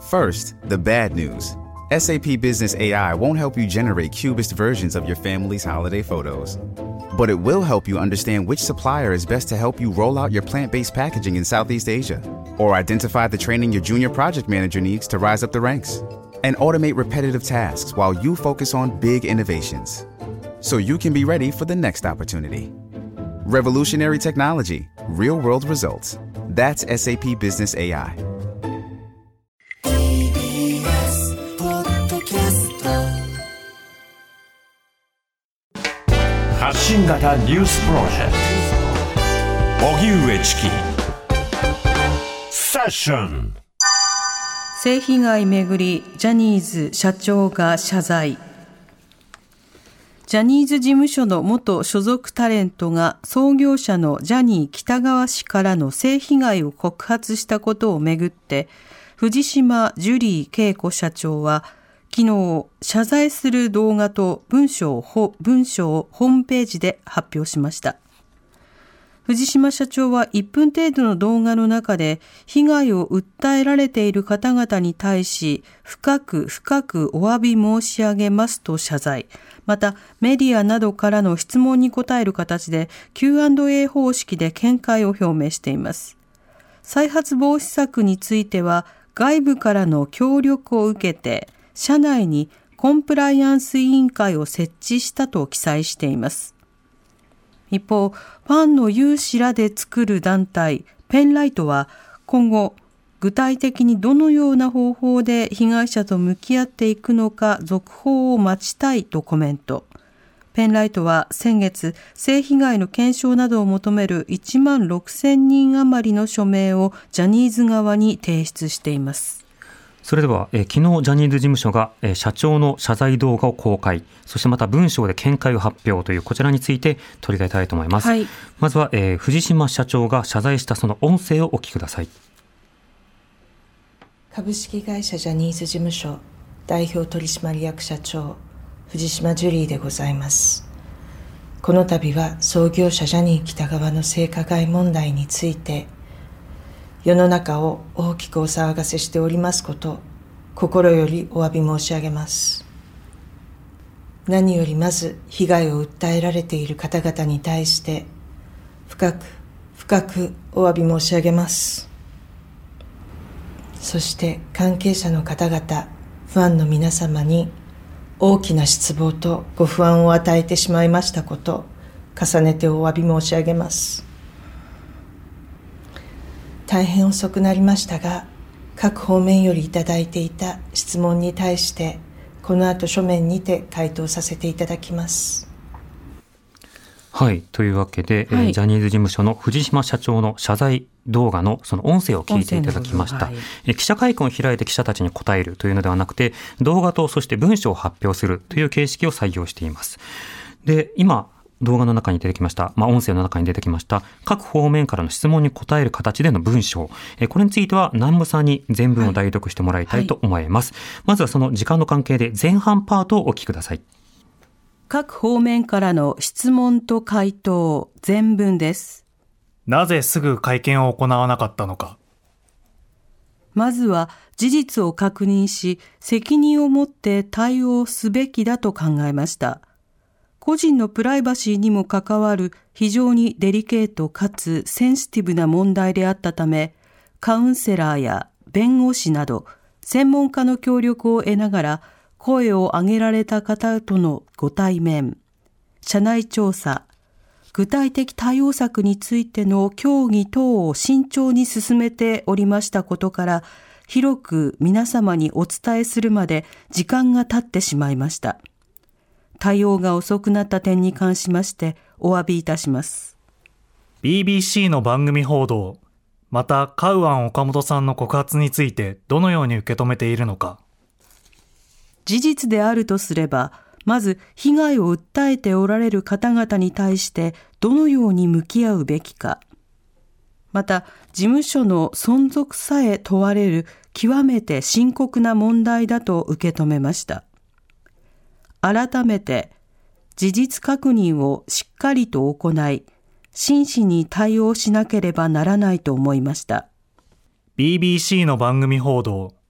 First, the bad news. SAP Business AI won't help you generate cubist versions of your family's holiday photos. But it will help you understand which supplier is best to help you roll out your plant-based packaging in Southeast Asia, or identify the training your junior project manager needs to rise up the ranks, and automate repetitive tasks while you focus on big innovations, so you can be ready for the next opportunity. Revolutionary technology, real-world results. That's SAP Business AI. 発信型ニュースプロジェクト荻上チキセッション。 性被害めぐりジャニーズ社長が謝罪。ジャニーズ事務所の元所属タレントが創業者のジャニー喜多川氏からの性被害を告発したことをめぐって、藤島ジュリー景子社長は昨日謝罪する動画と文章をホームページで発表しました。藤島社長は1分程度の動画の中で被害を訴えられている方々に対し深くお詫び申し上げますと謝罪。またメディアなどからの質問に答える形で Q&A 方式で見解を表明しています。再発防止策については外部からの協力を受けて社内にコンプライアンス委員会を設置したと記載しています。一方、ファンの有志らで作る団体ペンライトは今後具体的にどのような方法で被害者と向き合っていくのか続報を待ちたいとコメント。ペンライトは先月性被害の検証などを求める1万6000人余りの署名をジャニーズ側に提出しています。 それでは、昨日ジャニーズ事務所が、社長の謝罪動画を公開、そしてまた文章で見解を発表というこちらについて取り上げたいと思います。はい、まずは、藤島社長が謝罪したその音声をお聞きください。 株式会社ジャニーズ事務所代表取締役社長藤島ジュリーでございます。この度は創業者ジャニー喜多川の性加害問題について世の中を大きくお騒がせしておりますこと心よりお詫び申し上げます。何よりまず被害を訴えられている方々に対して深くお詫び申し上げます。そして関係者の方々、ファンの皆様に大きな失望とご不安を与えてしまいましたこと重ねてお詫び申し上げます。大変遅くなりましたが、各方面よりいただいていた質問に対してこの後書面にて回答させていただきます。 はい、というわけで、はい、ジャニーズ事務所の藤島社長の謝罪動画のその音声を聞いていただきました。はい、記者会見を開いて記者たちに答えるというのではなくて、動画とそして文章を発表するという形式を採用しています。で、今動画の中に出てきました、音声の中に出てきました各方面からの質問に答える形での文章、これについては南部さんに全文を代読してもらいたいと思います。はいはい、まずはその時間の関係で前半パートをお聞きください。 各方面からの質問と回答全文です。 なぜすぐ会見を行わなかったのか。 まずは事実を確認し責任を持って対応すべきだと考えました。個人のプライバシーにも関わる非常にデリケートかつセンシティブな問題であったため、カウンセラーや弁護士など専門家の協力を得ながら声を上げられた方とのご対面、社内調査、具体的対応策についての協議等を慎重に進めておりましたことから、広く皆様にお伝えするまで時間が経ってしまいました。対応が遅くなった点に関しましてお詫びいたします。 BBC の番組報道、またカウアン・オカモトさんの告発についてどのように受け止めているのか。 事実であるとすれば、まず被害を訴えておられる方々に対してどのように向き合うべきか、また事務所の存続さえ問われる極めて深刻な問題だと受け止めました。改めて事実確認をしっかりと行い、真摯に対応しなければならないと思いました。 BBC の番組報道、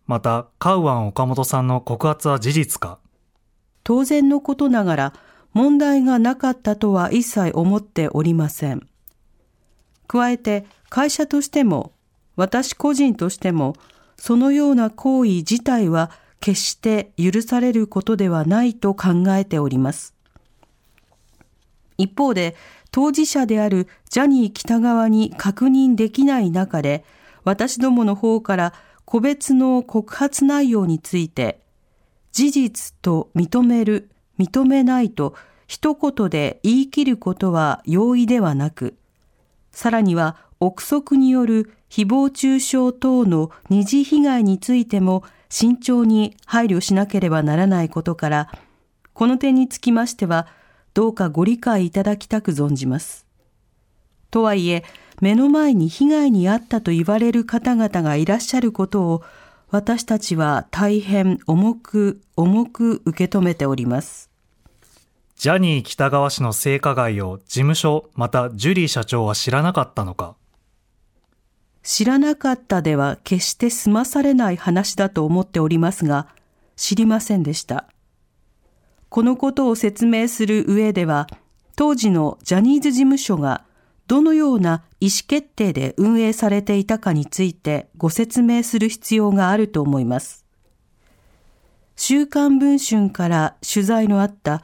またカウアン・オカモトさんの告発は事実か。 当然のことながら問題がなかったとは一切思っておりません。加えて会社としても私個人としてもそのような行為自体は決して許されることではないと考えております。一方で当事者であるジャニー喜多川に確認できない中で、私どもの方から個別の告発内容について事実と認める、認めないと一言で言い切ることは容易ではなく、さらには憶測による誹謗中傷等の二次被害についても慎重に配慮しなければならないことから、この点につきましてはどうかご理解いただきたく存じます。とはいえ、目の前に被害に遭ったと言われる方々がいらっしゃることを私たちは大変重く受け止めております。 ジャニー喜多川氏の性加害を事務所またジュリー社長は知らなかったのか。 知らなかったでは決して済まされない話だと思っておりますが、知りませんでした。このことを説明する上では、当時のジャニーズ事務所がどのような意思決定で運営されていたかについてご説明する必要があると思います。週刊文春から取材のあった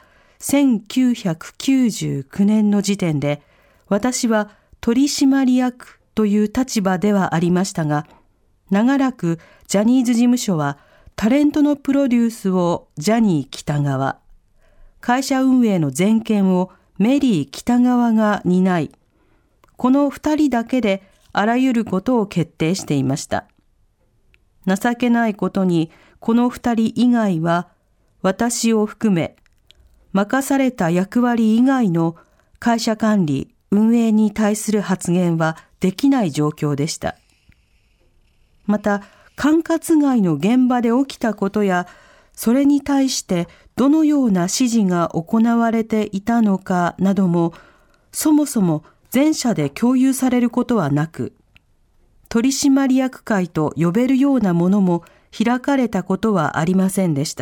1999年の時点で、私は取締役という立場ではありましたが、長らくジャニーズ事務所はタレントのプロデュースをジャニー喜多川、会社運営の全権をメリー喜多川が担い、この2人だけであらゆることを決定していました。情けないことに、この2人以外は私を含め任された役割以外の会社管理、運営に対する発言はできない状況でした。また、管轄外の現場で起きたことや、それに対してどのような指示が行われていたのかなども、そもそも全社で共有されることはなく、取締役会と呼べるようなものも開かれたことはありませんでした。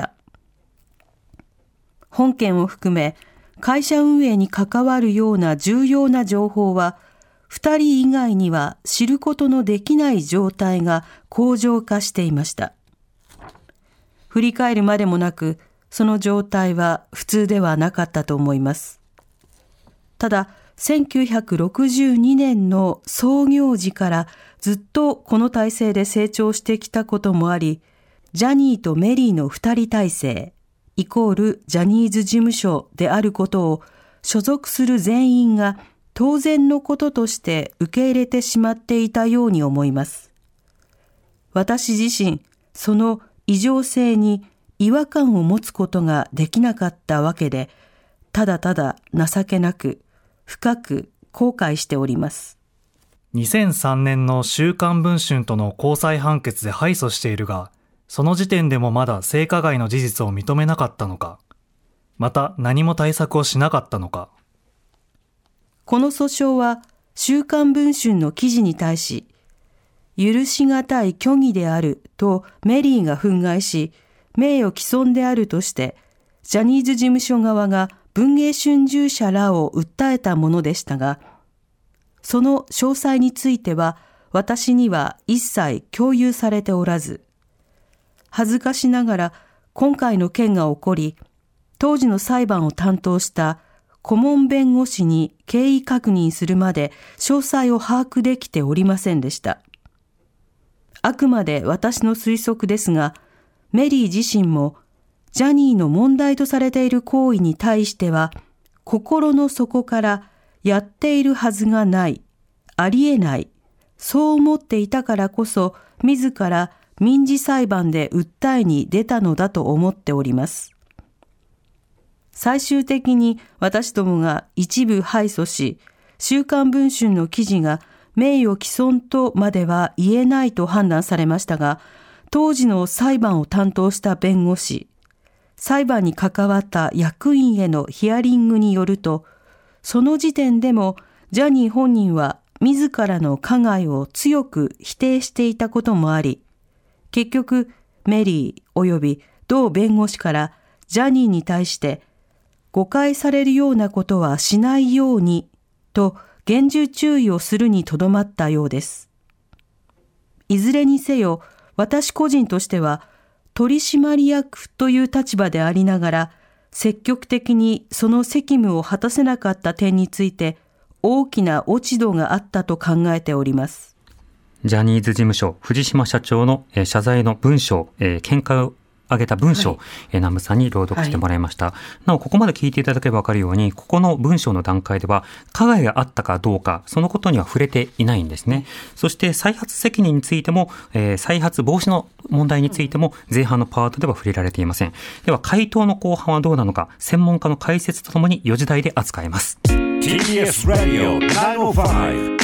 本件を含め、会社運営に関わるような重要な情報は、2人以外には知ることのできない状態が恒常化していました。振り返るまでもなく、その状態は普通ではなかったと思います。ただ、1962年の創業時からずっとこの体制で成長してきたこともあり、ジャニーとメリーの2人体制、イコールジャニーズ事務所であることを所属する全員が当然のこととして受け入れてしまっていたように思います。私自身、その異常性に違和感を持つことができなかったわけで、ただただ情けなく、深く後悔しております。 2003年の週刊文春との高裁判決で敗訴しているが、その時点でもまだ性加害の事実を認めなかったのか、また何も対策をしなかったのか。 この訴訟は週刊文春の記事に対し、許しがたい虚偽であるとメリーが憤慨し、名誉毀損であるとして、ジャニーズ事務所側が文藝春秋社らを訴えたものでしたが、その詳細については私には一切共有されておらず、恥ずかしながら今回の件が起こり、当時の裁判を担当した顧問弁護士に経緯確認するまで詳細を把握できておりませんでした。あくまで私の推測ですが、メリー自身もジャニーの問題とされている行為に対しては、心の底からやっているはずがない、ありえない、そう思っていたからこそ、自ら民事裁判で訴えに出たのだと思っております。最終的に私どもが一部敗訴し、週刊文春の記事が名誉毀損とまでは言えないと判断されましたが、当時の裁判を担当した弁護士、裁判に関わった役員へのヒアリングによると、その時点でもジャニー本人は自らの加害を強く否定していたこともあり、結局メリー及び同弁護士からジャニーに対して誤解されるようなことはしないようにと厳重注意をするにとどまったようです。いずれにせよ、私個人としては取締役という立場でありながら、積極的にその責務を果たせなかった点について大きな落ち度があったと考えております。 ジャニーズ事務所藤島社長の謝罪の文章、見解を挙げた文章、南部さんに朗読してもらいました。なお、ここまで聞いていただければ分かるように、ここの文章の段階では加害があったかどうか、そのことには触れていないんですね。そして再発責任についても、再発防止の問題についても前半のパートでは触れられていません。では回答の後半はどうなのか、専門家の解説とともに4時台で扱います。 TBS Radio 905-954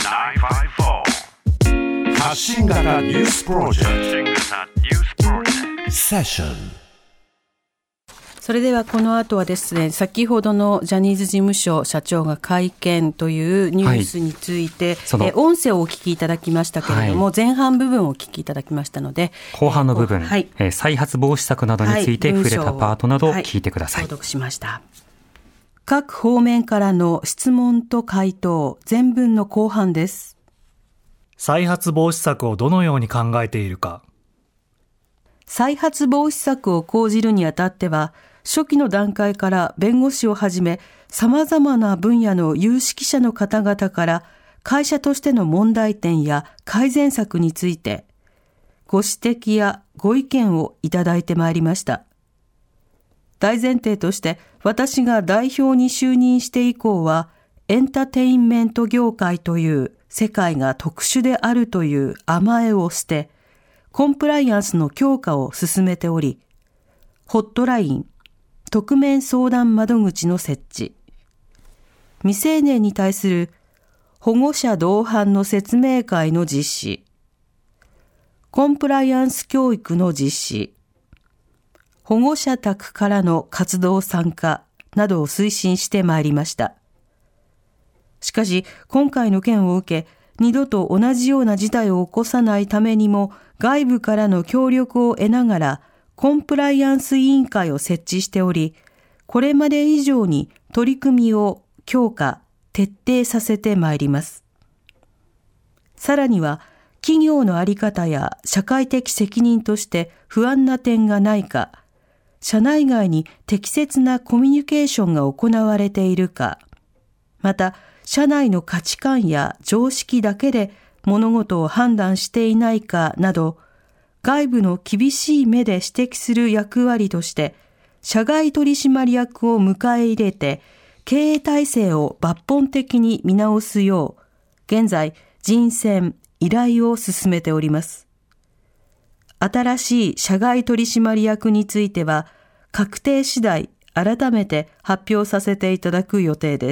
発信型ニュースプロジェクトセッション。 それではこの後はですね、先ほどのジャニーズ事務所社長が会見というニュースについて、音声をお聞きいただきましたけれども、前半部分をお聞きいただきましたので、 後半の部分、再発防止策などについて触れたパートなどを聞いてください。 朗読しました。各方面からの質問と回答、全文の後半です。 再発防止策をどのように考えているか。 再発防止策を講じるにあたっては、初期の段階から弁護士をはじめ、様々な分野の有識者の方々から会社としての問題点や改善策について、ご指摘やご意見をいただいてまいりました。大前提として、私が代表に就任して以降は、エンターテインメント業界という世界が特殊であるという甘えを捨て、コンプライアンスの強化を進めており、ホットライン、匿名相談窓口の設置、未成年に対する保護者同伴の説明会の実施、コンプライアンス教育の実施、保護者宅からの活動参加などを推進してまいりました。しかし、今回の件を受け、二度と同じような事態を起こさないためにも、外部からの協力を得ながら、コンプライアンス委員会を設置しており、これまで以上に取り組みを強化、徹底させてまいります。さらには、企業の在り方や社会的責任として不安な点がないか、社内外に適切なコミュニケーションが行われているか、また、社内の価値観や常識だけで物事を判断していないかなど、外部の厳しい目で指摘する役割として、社外取締役を迎え入れて、経営体制を抜本的に見直すよう、現在、人選、依頼を進めております。新しい社外取締役については、確定次第、改めて発表させていただく予定です。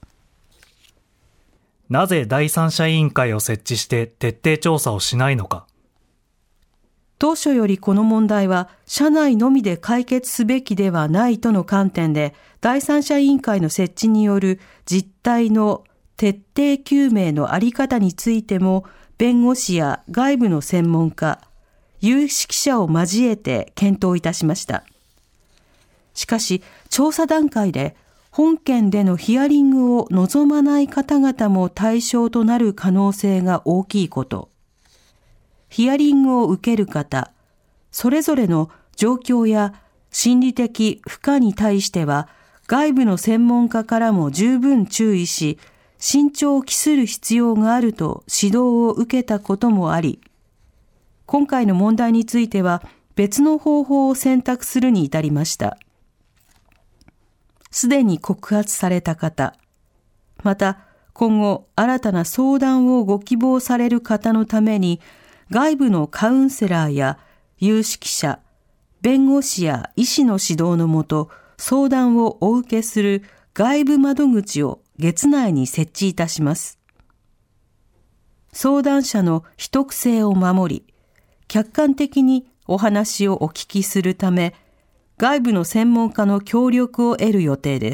なぜ第三者委員会を設置して徹底調査をしないのか。 当初よりこの問題は社内のみで解決すべきではないとの観点で、第三者委員会の設置による実態の徹底究明のあり方についても、弁護士や外部の専門家、有識者を交えて検討いたしました。しかし、調査段階で本件でのヒアリングを望まない方々も対象となる可能性が大きいこと。ヒアリングを受ける方、それぞれの状況や心理的負荷に対しては、外部の専門家からも十分注意し、慎重を期する必要があると指導を受けたこともあり、今回の問題については別の方法を選択するに至りました。すでに告発された方、また今後新たな相談をご希望される方のために、外部のカウンセラーや有識者、弁護士や医師の指導のもと、相談をお受けする外部窓口を月内に設置いたします。相談者の秘匿性を守り、客観的にお話をお聞きするため、外部の専門家の協力を得る予定です。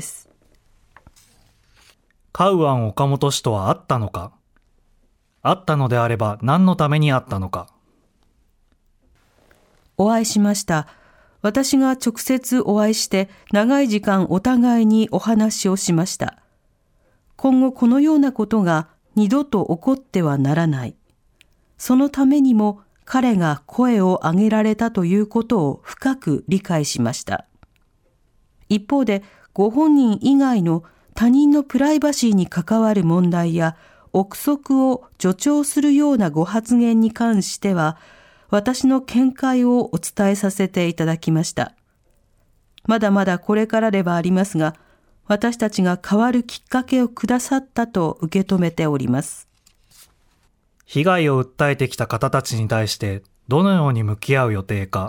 カウアン・オカモト氏とは会ったのか。会ったのであれば何のために会ったのか。 お会いしました。私が直接お会いして長い時間お互いにお話をしました。今後このようなことが二度と起こってはならない。そのためにも彼が声を上げられたということを深く理解しました。一方で、ご本人以外の他人のプライバシーに関わる問題や憶測を助長するようなご発言に関しては、私の見解をお伝えさせていただきました。まだまだこれからではありますが、私たちが変わるきっかけをくださったと受け止めております。 被害を訴えてきた方たちに対してどのように向き合う予定か。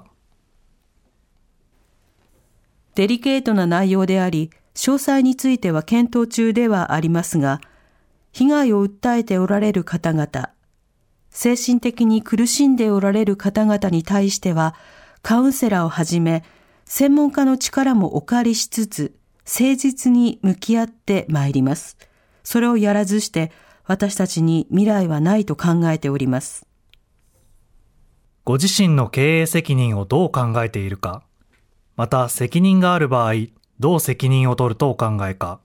デリケートな内容であり、詳細については検討中ではありますが、被害を訴えておられる方々、精神的に苦しんでおられる方々に対しては、カウンセラーをはじめ、専門家の力もお借りしつつ、誠実に向き合ってまいります。それをやらずして、私たちに未来はないと考えております。 ご自身の経営責任をどう考えているか、また責任がある場合、どう責任を取るとお考えか。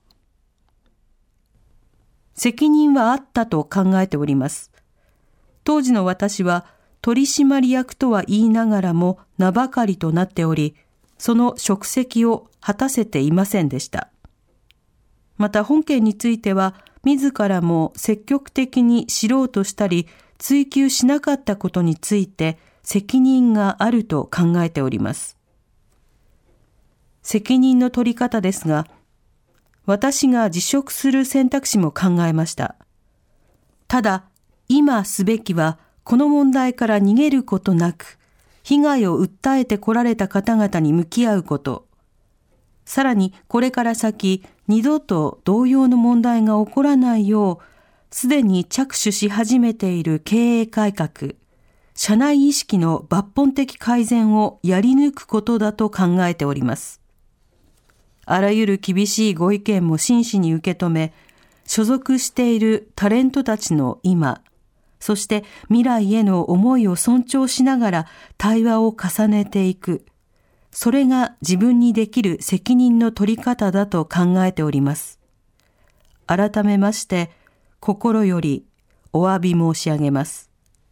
責任はあったと考えております。当時の私は取締役とは言いながらも名ばかりとなっており、その職責を果たせていませんでした。また本件については、自らも積極的に知ろうとしたり、追求しなかったことについて責任があると考えております。責任の取り方ですが、私が辞職する選択肢も考えました。ただ、今すべきは、この問題から逃げることなく、被害を訴えてこられた方々に向き合うこと、さらにこれから先、二度と同様の問題が起こらないよう、すでに着手し始めている経営改革、社内意識の抜本的改善をやり抜くことだと考えております。あらゆる厳しいご意見も真摯に受け止め、所属しているタレントたちの今、そして未来への思いを尊重しながら対話を重ねていく。それが自分にできる責任の取り方だと考えております。改めまして、心よりお詫び申し上げます。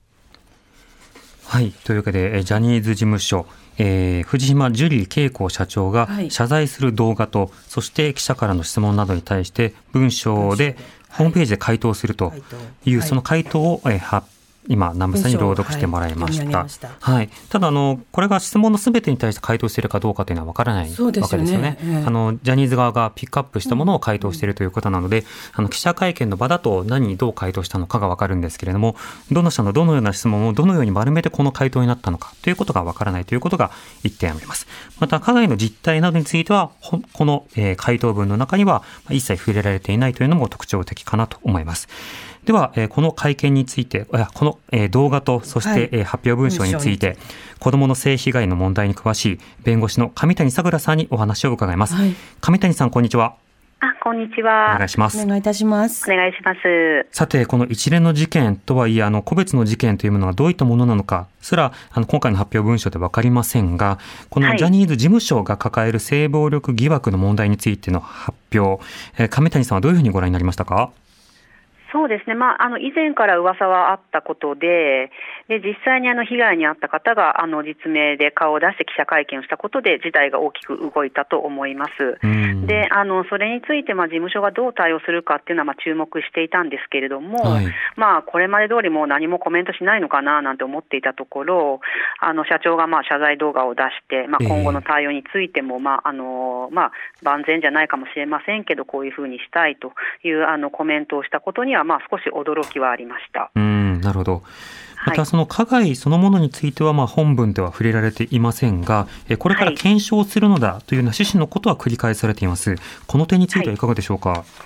はい、というわけでジャニーズ事務所、藤島ジュリー景子社長が謝罪する動画と、そして記者からの質問などに対して文章でホームページで回答するという、その回答を今南部さんに朗読してもらいました。はい、ただこれが質問のすべてに対して回答しているかどうかというのは分からないわけですよね。ジャニーズ側がピックアップしたものを回答しているということなので、記者会見の場だと何にどう回答したのかが分かるんですけれども、どの社のどのような質問をどのように丸めてこの回答になったのかということが分からないということが一点あります。また加害の実態などについてはこの回答文の中には一切触れられていないというのも特徴的かなと思います。では、この会見について、この動画とそして発表文書について、子どもの性被害の問題に詳しい弁護士の上谷さくらさんにお話を伺います。上谷さん、こんにちは。 こんにちは。 お願いします。 お願いいたします。 お願いします。 さて、この一連の事件とはいえ、個別の事件というものがどういったものなのかすら今回の発表文書で分かりませんが、このジャニーズ事務所が抱える性暴力疑惑の問題についての発表、上谷さんはどういうふうにご覧になりましたか？ そうですね、以前から噂はあったことで、実際に被害に遭った方が実名で顔を出して記者会見をしたことで事態が大きく動いたと思います。でそれについて事務所がどう対応するかっていうのは注目していたんですけれども、これまで通りもう何もコメントしないのかななんて思っていたところ、社長が謝罪動画を出して、今後の対応についても、万全じゃないかもしれませんけどこういうふうにしたいというコメントをしたことには少し驚きはありました。 なるほど。またその加害そのものについては本文では触れられていませんが、これから検証するのだというような趣旨のことは繰り返されています。この点についてはいかがでしょうか？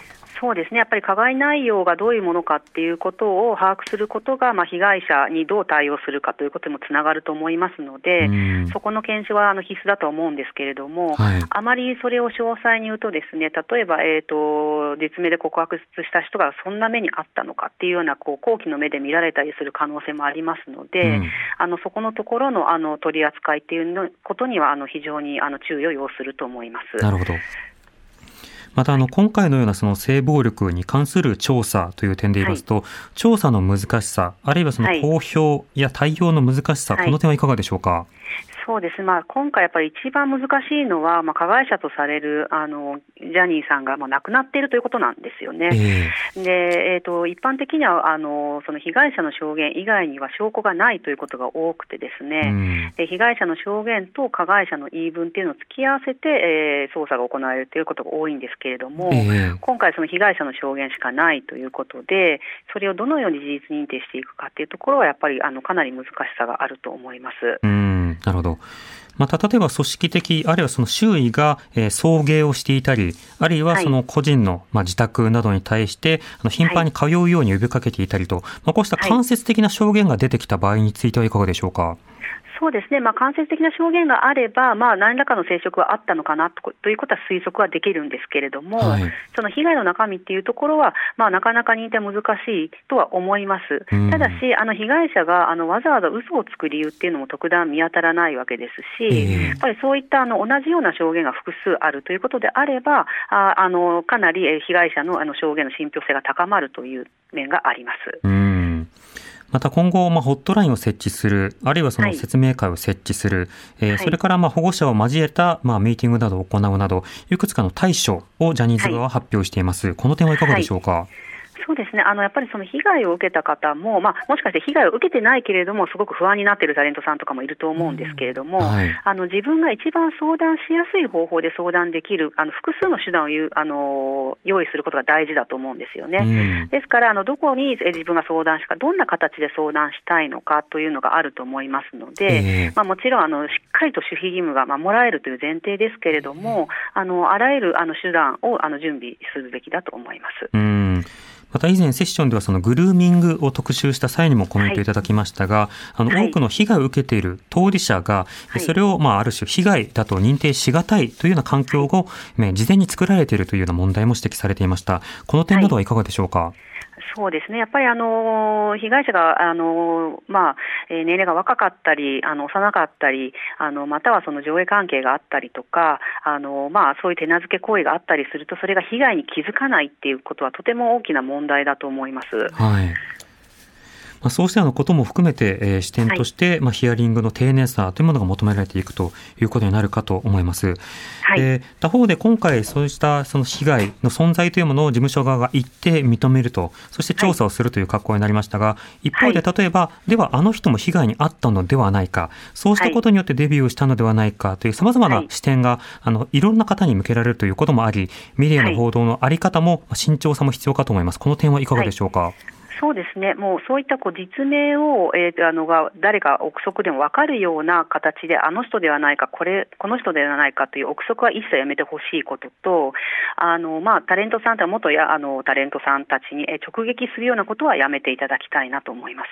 そうですね、やっぱり加害内容がどういうものかっていうことを把握することが、被害者にどう対応するかということにもつながると思いますので、そこの検証は必須だと思うんですけれども、あまりそれを詳細に言うとですね、例えば、実名で告白した人がそんな目にあったのかっていうような好奇の目で見られたりする可能性もありますので、そこのところの取り扱いっていうことには非常に注意を要すると思います。 なるほど。また今回のようなその性暴力に関する調査という点で言いますと、調査の難しさ、あるいはその公表や対応の難しさ、この点はいかがでしょうか。 そうです。今回やっぱり一番難しいのは、加害者とされるジャニーさんが亡くなっているということなんですよね。で、一般的にはその被害者の証言以外には証拠がないということが多くてですね、で被害者の証言と加害者の言い分っていうのを突き合わせて、捜査が行われるということが多いんですけれども、今回その被害者の証言しかないということで、それをどのように事実認定していくかというところはやっぱりかなり難しさがあると思います。 なるほど。また例えば組織的、あるいはその周囲が送迎をしていたり、あるいはその個人の自宅などに対して頻繁に通うように呼びかけていたりと、こうした間接的な証言が出てきた場合についてはいかがでしょうか。 そうですね、間接的な証言があれば、何らかの接触はあったのかなということは推測はできるんですけれども、その被害の中身っていうところは、なかなか認定難しいとは思います。ただし、被害者がわざわざ嘘をつく理由っていうのも特段見当たらないわけですし、やっぱりそういった同じような証言が複数あるということであれば、かなり被害者の証言の信憑性が高まるという面があります。 また今後、ホットラインを設置する、あるいはその説明会を設置する、それから保護者を交えたミーティングなどを行うなど、いくつかの対処をジャニーズ側は発表しています。この点はいかがでしょうか。 そうですね、やっぱりその被害を受けた方も、もしかして被害を受けてないけれどもすごく不安になっているタレントさんとかもいると思うんですけれども、自分が一番相談しやすい方法で相談できる複数の手段を用意することが大事だと思うんですよね。ですからどこに自分が相談しか、どんな形で相談したいのかというのがあると思いますので、もちろんしっかりと守秘義務が守られるという前提ですけれども、あらゆる手段を準備するべきだと思います。 また以前セッションではそのグルーミングを特集した際にもコメントいただきましたが、多くの被害を受けている当事者がそれをある種被害だと認定しがたいというような環境を事前に作られているというような問題も指摘されていました。この点などはいかがでしょうか。 そうですね、やっぱり被害者が年齢が若かったり幼かったりまたはその上下関係があったりとかそういう手なずけ行為があったりすると、それが被害に気づかないっていうことはとても大きな問題だと思います。 そうしたことも含めて、視点として、ヒアリングの丁寧さというものが求められていくということになるかと思います。他方で今回そうしたその被害の存在というものを事務所側が一定認めると、そして調査をするという格好になりましたが、一方で例えばでは人も被害に遭ったのではないか、そうしたことによってデビューをしたのではないかという様々な視点がいろんな方に向けられるということもあり、メディアの報道のあり方も慎重さも必要かと思います。この点はいかがでしょうか。 そうですね、もうそういった実名を、が誰か憶測でも分かるような形で人ではないかこの人ではないかという憶測は一切やめてほしいことと、タレントさんと元タレントさんたちに直撃するようなことはやめていただきたいなと思います。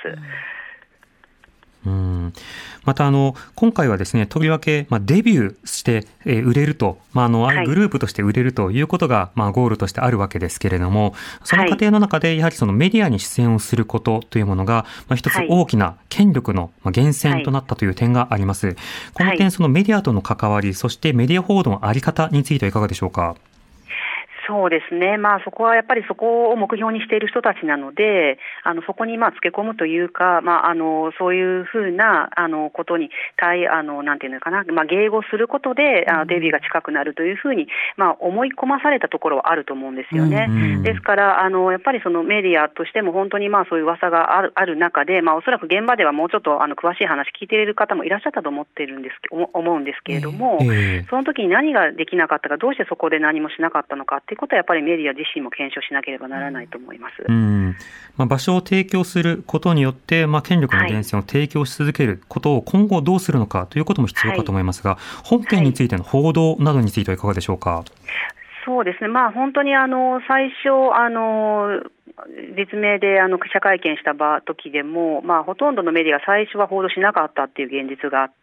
また今回はですね、とりわけデビューして売れると、あるグループとして売れるということがゴールとしてあるわけですけれども、その過程の中でやはりそのメディアに出演をすることというものが一つ大きな権力の源泉となったという点があります。この点、そのメディアとの関わり、そしてメディア報道のあり方についてはいかがでしょうか。 そうですね、そこはやっぱりそこを目標にしている人たちなので、そこにつけ込むというか、そういうふうなことになんていうのかな、迎合することでデビューが近くなるというふうに思い込まされたところはあると思うんですよね。ですからやっぱりそのメディアとしても本当にそういう噂がある中で、おそらく現場ではもうちょっと詳しい話聞いている方もいらっしゃったと思うんですけれども、その時に何ができなかったか、どうしてそこで何もしなかったのかっていうことはやっぱりメディア自身も検証しなければならないと思います。 場所を提供することによって、権力の源泉を提供し続けることを今後どうするのかということも必要かと思いますが、本件についての報道などについてはいかがでしょうか。 そうですね、本当に最初実名で記者会見した時でも、ほとんどのメディアが最初は報道しなかったっていう現実があって、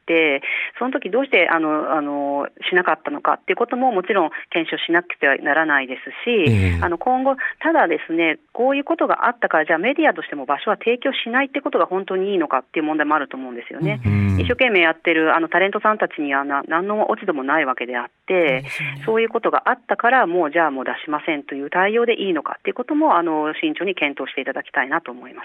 その時どうしてしなかったのかっていうことももちろん検証しなくてはならないですし、今後ただですね、こういうことがあったからじゃあメディアとしても場所は提供しないってことが本当にいいのかっていう問題もあると思うんですよね。一生懸命やってるタレントさんたちには何の落ち度もないわけであって、そういうことがあったからじゃあもう出しませんという対応でいいのかっていうことも慎重に検討していただきたいなと思います。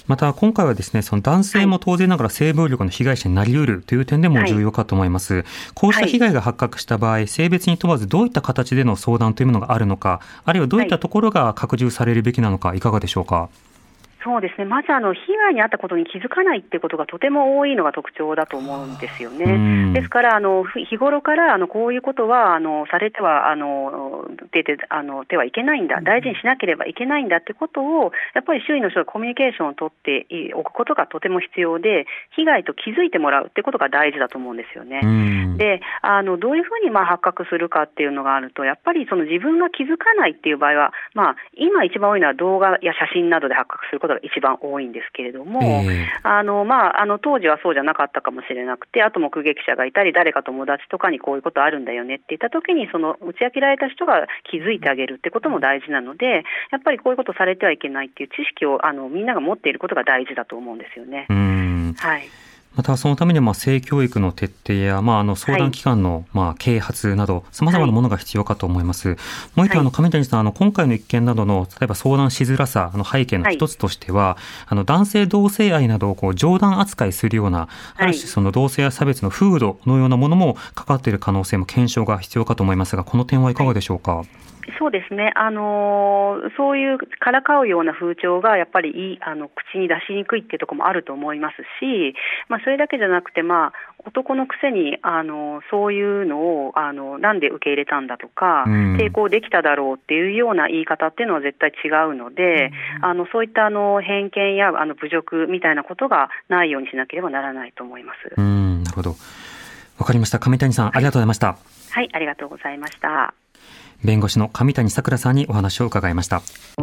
また今回はですね、その男性も当然ながら性暴力の被害者になり得るという点でも重要かと思います。こうした被害が発覚した場合、性別に問わずどういった形での相談というものがあるのか、あるいはどういったところが拡充されるべきなのか、いかがでしょうか。 そうですね、まず被害に遭ったことに気づかないっていうことがとても多いのが特徴だと思うんですよね。ですから日頃からこういうことはされては出て手はいけないんだ、大事にしなければいけないんだってことをやっぱり周囲の人がコミュニケーションを取っておくことがとても必要で、被害と気づいてもらうってことが大事だと思うんですよね。でどういうふうに発覚するかっていうのがあると、やっぱりその自分が気づかないっていう場合は、今一番多いのは動画や写真などで発覚することが一番多いんですけれども、当時はそうじゃなかったかもしれなくて、あと目撃者がいたり誰か友達とかにこういうことあるんだよねって言った時に、その打ち明けられた人が気づいてあげるってことも大事なので、やっぱりこういうことされてはいけないっていう知識をみんなが持っていることが大事だと思うんですよね。はい。 またそのためには性教育の徹底や、相談機関の啓発など様々なものが必要かと思います。もう一点上谷さん、今回の一件などの例えば相談しづらさの背景の一つとしては、男性同性愛などを冗談扱いするような、ある種その同性愛差別の風土のようなものもかかっている可能性も検証が必要かと思いますが、この点はいかがでしょうか。 そうですね、そういうからかうような風潮がやっぱり口に出しにくいっていうところもあると思いますし、それだけじゃなくて、男のくせにそういうのをなんで受け入れたんだとか、抵抗できただろうっていうような言い方っていうのは絶対違うので、そういった偏見や侮辱みたいなことがないようにしなければならないと思います。 なるほど、わかりました。上谷さん、ありがとうございました。 はい、ありがとうございました。 弁護士の上谷さくらさんにお話を伺いました。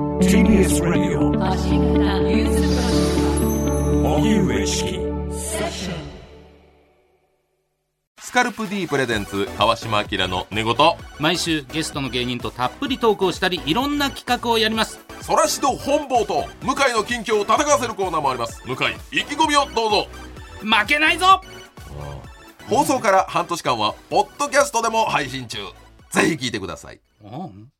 TBS Radio 荻上チキスカルプ D プレゼンツ川島明の寝言。 毎週ゲストの芸人とたっぷりトークをしたり、いろんな企画をやります。 そらしど本坊と向井の近況を戦わせるコーナーもあります。向井、意気込みをどうぞ。 負けないぞ。 放送から半年間はポッドキャストでも配信中。ぜひ聞いてください。